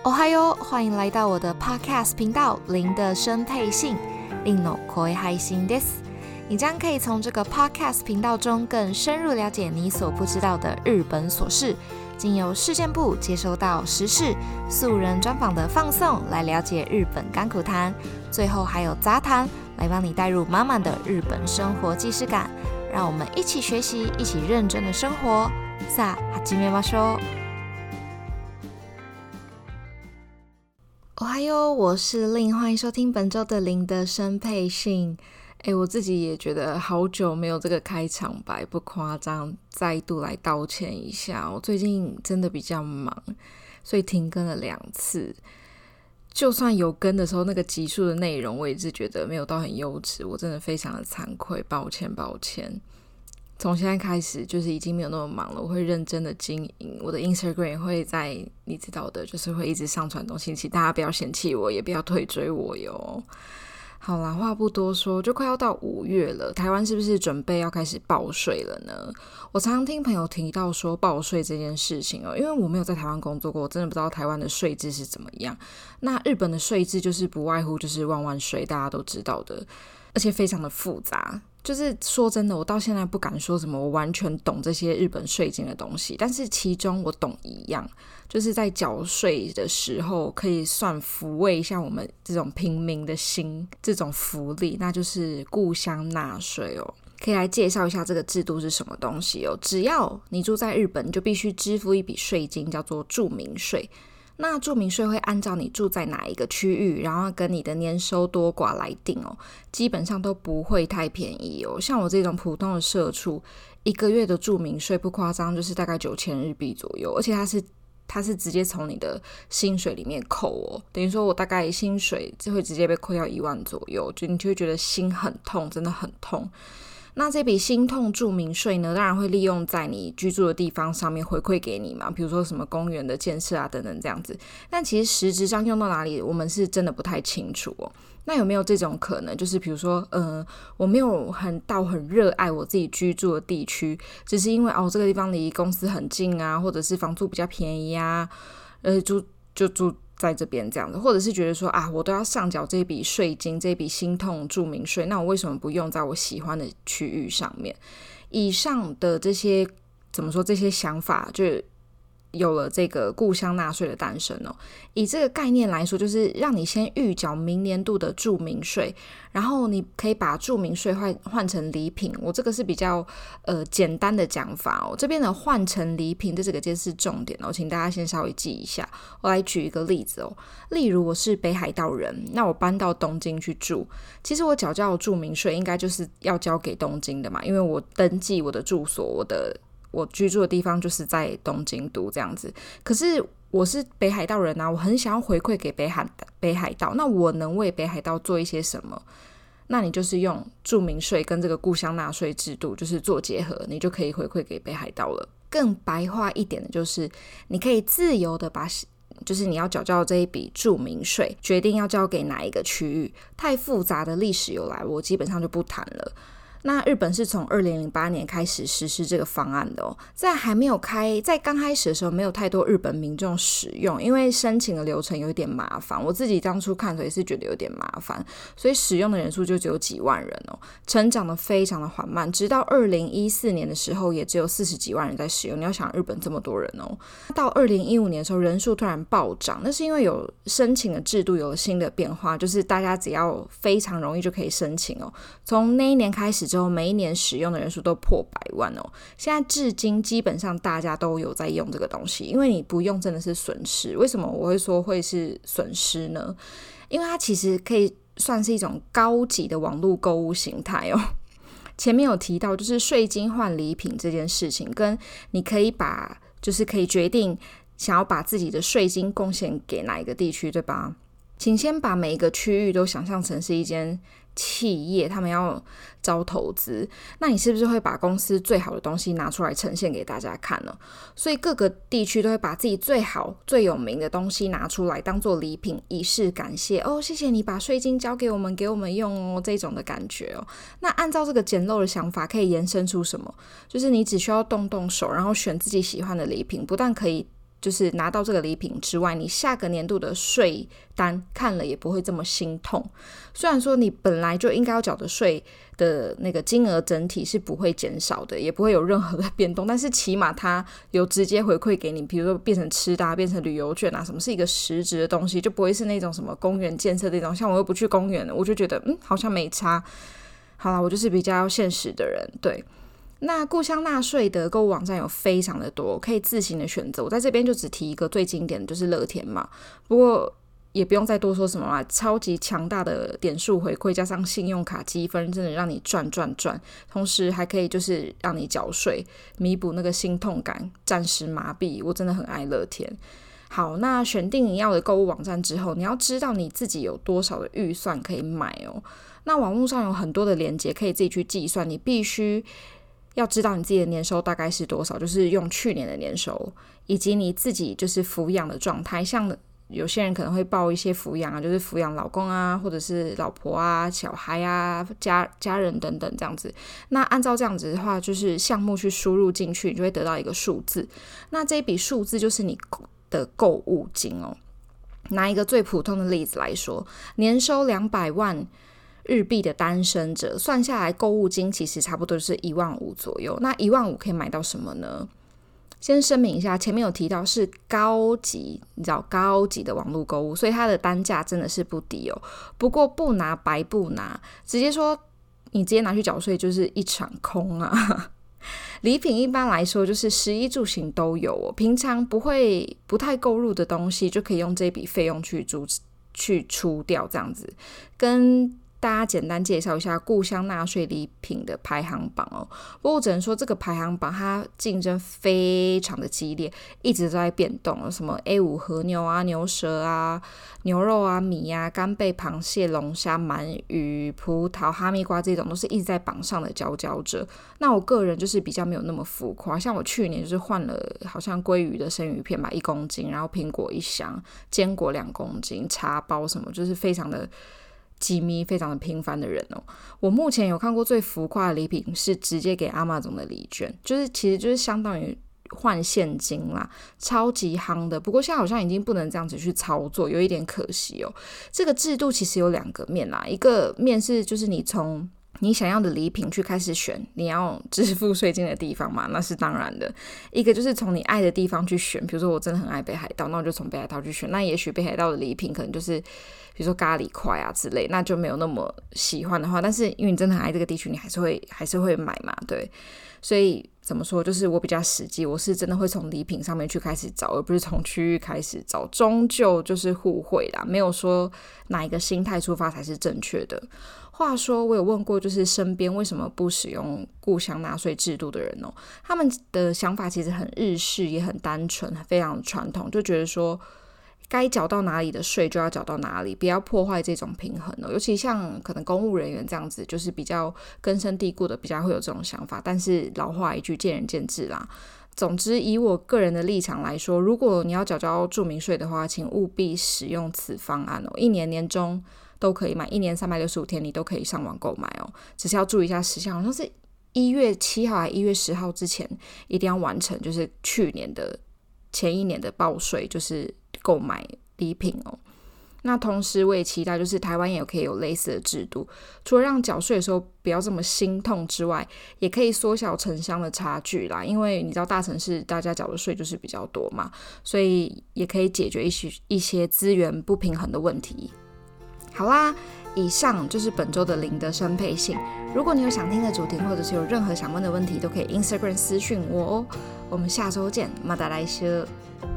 おはよう，欢迎来到我的 Podcast 频道零的生配信零の声配信です。你将可以从这个 Podcast 频道中更深入了解你所不知道的日本琐事，经由事件部接收到时事、素人专访的放送，来了解日本甘苦谈，最后还有杂谈，来帮你带入满满的日本生活既视感。让我们一起学习，一起认真的生活。さあ始めましょう。おはよう，我是令，欢迎收听本周的零的生配信。我自己也觉得好久没有这个开场白，不夸张，再度来道歉一下。我最近真的比较忙，所以停更了2次。就算有更的时候，那个集数的内容我也是觉得没有到很优质，我真的非常的惭愧，抱歉。从现在开始就是已经没有那么忙了，我会认真的经营我的 Instagram， 也会在你知道的，就是会一直上传东西，请大家不要嫌弃我，也不要退追我哟。好啦，话不多说，就快要到5月了，台湾是不是准备要开始报税了呢？我常常听朋友提到说报税这件事情因为我没有在台湾工作过，我真的不知道台湾的税制是怎么样。那日本的税制就是不外乎就是万万税，大家都知道的，而且非常的复杂。就是说真的，我到现在不敢说什么我完全懂这些日本税金的东西，但是其中我懂一样，就是在缴税的时候可以算抚慰一下我们这种平民的心，这种福利，那就是故乡纳税可以来介绍一下这个制度是什么东西只要你住在日本，就必须支付一笔税金，叫做住民税。那住民税会按照你住在哪一个区域，然后跟你的年收多寡来定基本上都不会太便宜像我这种普通的社畜，1个月的住民税不夸张就是大概9000日币左右，而且它是直接从你的薪水里面扣等于说我大概薪水就会直接被扣掉1万左右，就你就会觉得心很痛，真的很痛。那这笔心痛住民税呢，当然会利用在你居住的地方上面回馈给你嘛，比如说什么公园的建设等等这样子。但其实实质上用到哪里，我们是真的不太清楚那有没有这种可能，就是比如说我没有很热爱我自己居住的地区，只是因为这个地方离公司很近啊，或者是房租比较便宜啊，就住在这边这样子，或者是觉得说我都要上缴这笔税金，这笔心痛住民税，那我为什么不用在我喜欢的区域上面？以上的这些怎么说，这些想法就有了这个故乡纳税的诞生以这个概念来说，就是让你先预缴明年度的住民税，然后你可以把住民税换成礼品。我这个是比较简单的讲法这边的换成礼品这个件事重点请大家先稍微记一下。我来举一个例子例如我是北海道人，那我搬到东京去住，其实我缴交的住民税应该就是要交给东京的嘛，因为我登记我的住所，我居住的地方就是在东京都这样子。可是我是北海道人我很想要回馈给北海道，那我能为北海道做一些什么？那你就是用住民税跟这个故乡纳税制度就是做结合，你就可以回馈给北海道了。更白话一点的就是你可以自由的把就是你要缴交这一笔住民税决定要交给哪一个区域，太复杂的历史由来我基本上就不谈了。那日本是从2008年开始实施这个方案的在刚开始的时候没有太多日本民众使用，因为申请的流程有点麻烦，我自己当初看的时候也是觉得有点麻烦，所以使用的人数就只有几万人成长的非常的缓慢，直到2014年的时候也只有40几万人在使用。你要想日本这么多人到2015年的时候人数突然暴涨，那是因为有申请的制度有了新的变化，就是大家只要非常容易就可以申请从那一年开始之后，每一年使用的人数都破100万现在至今基本上大家都有在用这个东西，因为你不用真的是损失。为什么我会说会是损失呢？因为它其实可以算是一种高级的网络购物形态前面有提到就是税金换礼品这件事情，跟你可以就是可以决定想要把自己的税金贡献给哪一个地区，对吧？请先把每一个区域都想象成是一间企业，他们要招投资，那你是不是会把公司最好的东西拿出来呈现给大家看呢？所以各个地区都会把自己最好最有名的东西拿出来当做礼品，以示感谢谢谢你把税金交给我们用这种的感觉那按照这个简陋的想法可以延伸出什么？就是你只需要动动手，然后选自己喜欢的礼品，不但可以就是拿到这个礼品之外，你下个年度的税单看了也不会这么心痛。虽然说你本来就应该要缴的税的那个金额整体是不会减少的，也不会有任何的变动，但是起码它有直接回馈给你，比如说变成吃的变成旅游券什么是一个实质的东西，就不会是那种什么公园建设这种，像我又不去公园了，我就觉得好像没差。好啦，我就是比较现实的人，对。那故乡纳税的购物网站有非常的多，可以自行的选择。我在这边就只提一个最经典的，就是乐天嘛。不过也不用再多说什么啦，超级强大的点数回馈加上信用卡积分，真的让你赚，同时还可以就是让你缴税，弥补那个心痛感，暂时麻痹。我真的很爱乐天。好，那选定你要的购物网站之后，你要知道你自己有多少的预算可以买哦。那网络上有很多的连结可以自己去计算，你必须要知道你自己的年收大概是多少，就是用去年的年收，以及你自己就是抚养的状态。像有些人可能会报一些抚养就是抚养老公或者是老婆小孩家人等等这样子。那按照这样子的话，就是项目去输入进去，你就会得到一个数字。那这一笔数字就是你的购物金哦。拿一个最普通的例子来说，年收200万日币的单身者，算下来购物金其实差不多是15000左右。那15000可以买到什么呢？先声明一下，前面有提到是高级，你知道高级的网络购物，所以它的单价真的是不低哦。不过不拿白不拿，直接说你直接拿去缴税就是一场空啊。礼品一般来说就是食衣住行都有哦，平常不太购入的东西就可以用这笔费用去出掉，这样子。跟大家简单介绍一下故乡纳税礼品的排行榜哦。不过我只能说这个排行榜它竞争非常的激烈，一直都在变动，什么 A5 和牛牛舌牛肉米干贝、螃蟹、龙虾、鳗鱼、葡萄、哈密瓜，这种都是一直在榜上的佼佼者。那我个人就是比较没有那么浮夸，像我去年就是换了好像鲑鱼的生鱼片吧1公斤，然后苹果1箱，坚果2公斤，茶包什么，就是非常的机密，非常的平凡的人哦。我目前有看过最浮夸的礼品是直接给 Amazon 的礼券，其实就是相当于换现金啦，超级夯的。不过现在好像已经不能这样子去操作，有一点可惜哦。这个制度其实有2个面啦，一个面是就是你从你想要的礼品去开始选你要支付税金的地方嘛，那是当然的。一个就是从你爱的地方去选，比如说我真的很爱北海道，那我就从北海道去选。那也许北海道的礼品可能就是比如说咖喱块之类，那就没有那么喜欢的话，但是因为你真的很爱这个地区，你还是会买嘛，对。所以怎么说，就是我比较实际，我是真的会从礼品上面去开始找，而不是从区域开始找，终究就是互惠啦，没有说哪一个心态出发才是正确的。话说我有问过就是身边为什么不使用故乡纳税制度的人哦，他们的想法其实很日式，也很单纯，非常传统，就觉得说该缴到哪里的税就要缴到哪里，不要破坏这种平衡哦。尤其像可能公务人员这样子，就是比较根深蒂固的，比较会有这种想法。但是老话一句，见仁见智啦。总之以我个人的立场来说，如果你要缴住民税的话，请务必使用此方案哦。1年年中都可以买，1年365天你都可以上网购买哦。只是要注意一下时项，好像是1月7号还1月10号之前一定要完成，就是去年的前一年的报税，就是购买礼品哦。那同时我也期待就是台湾也可以有类似的制度，除了让缴税的时候不要这么心痛之外，也可以缩小城乡的差距啦。因为你知道大城市大家缴的税就是比较多嘛，所以也可以解决一些资源不平衡的问题。好啦，以上就是本周的零的生配信。如果你有想听的主题，或者是有任何想问的问题，都可以 Instagram 私讯我哦。我们下周见，また来週。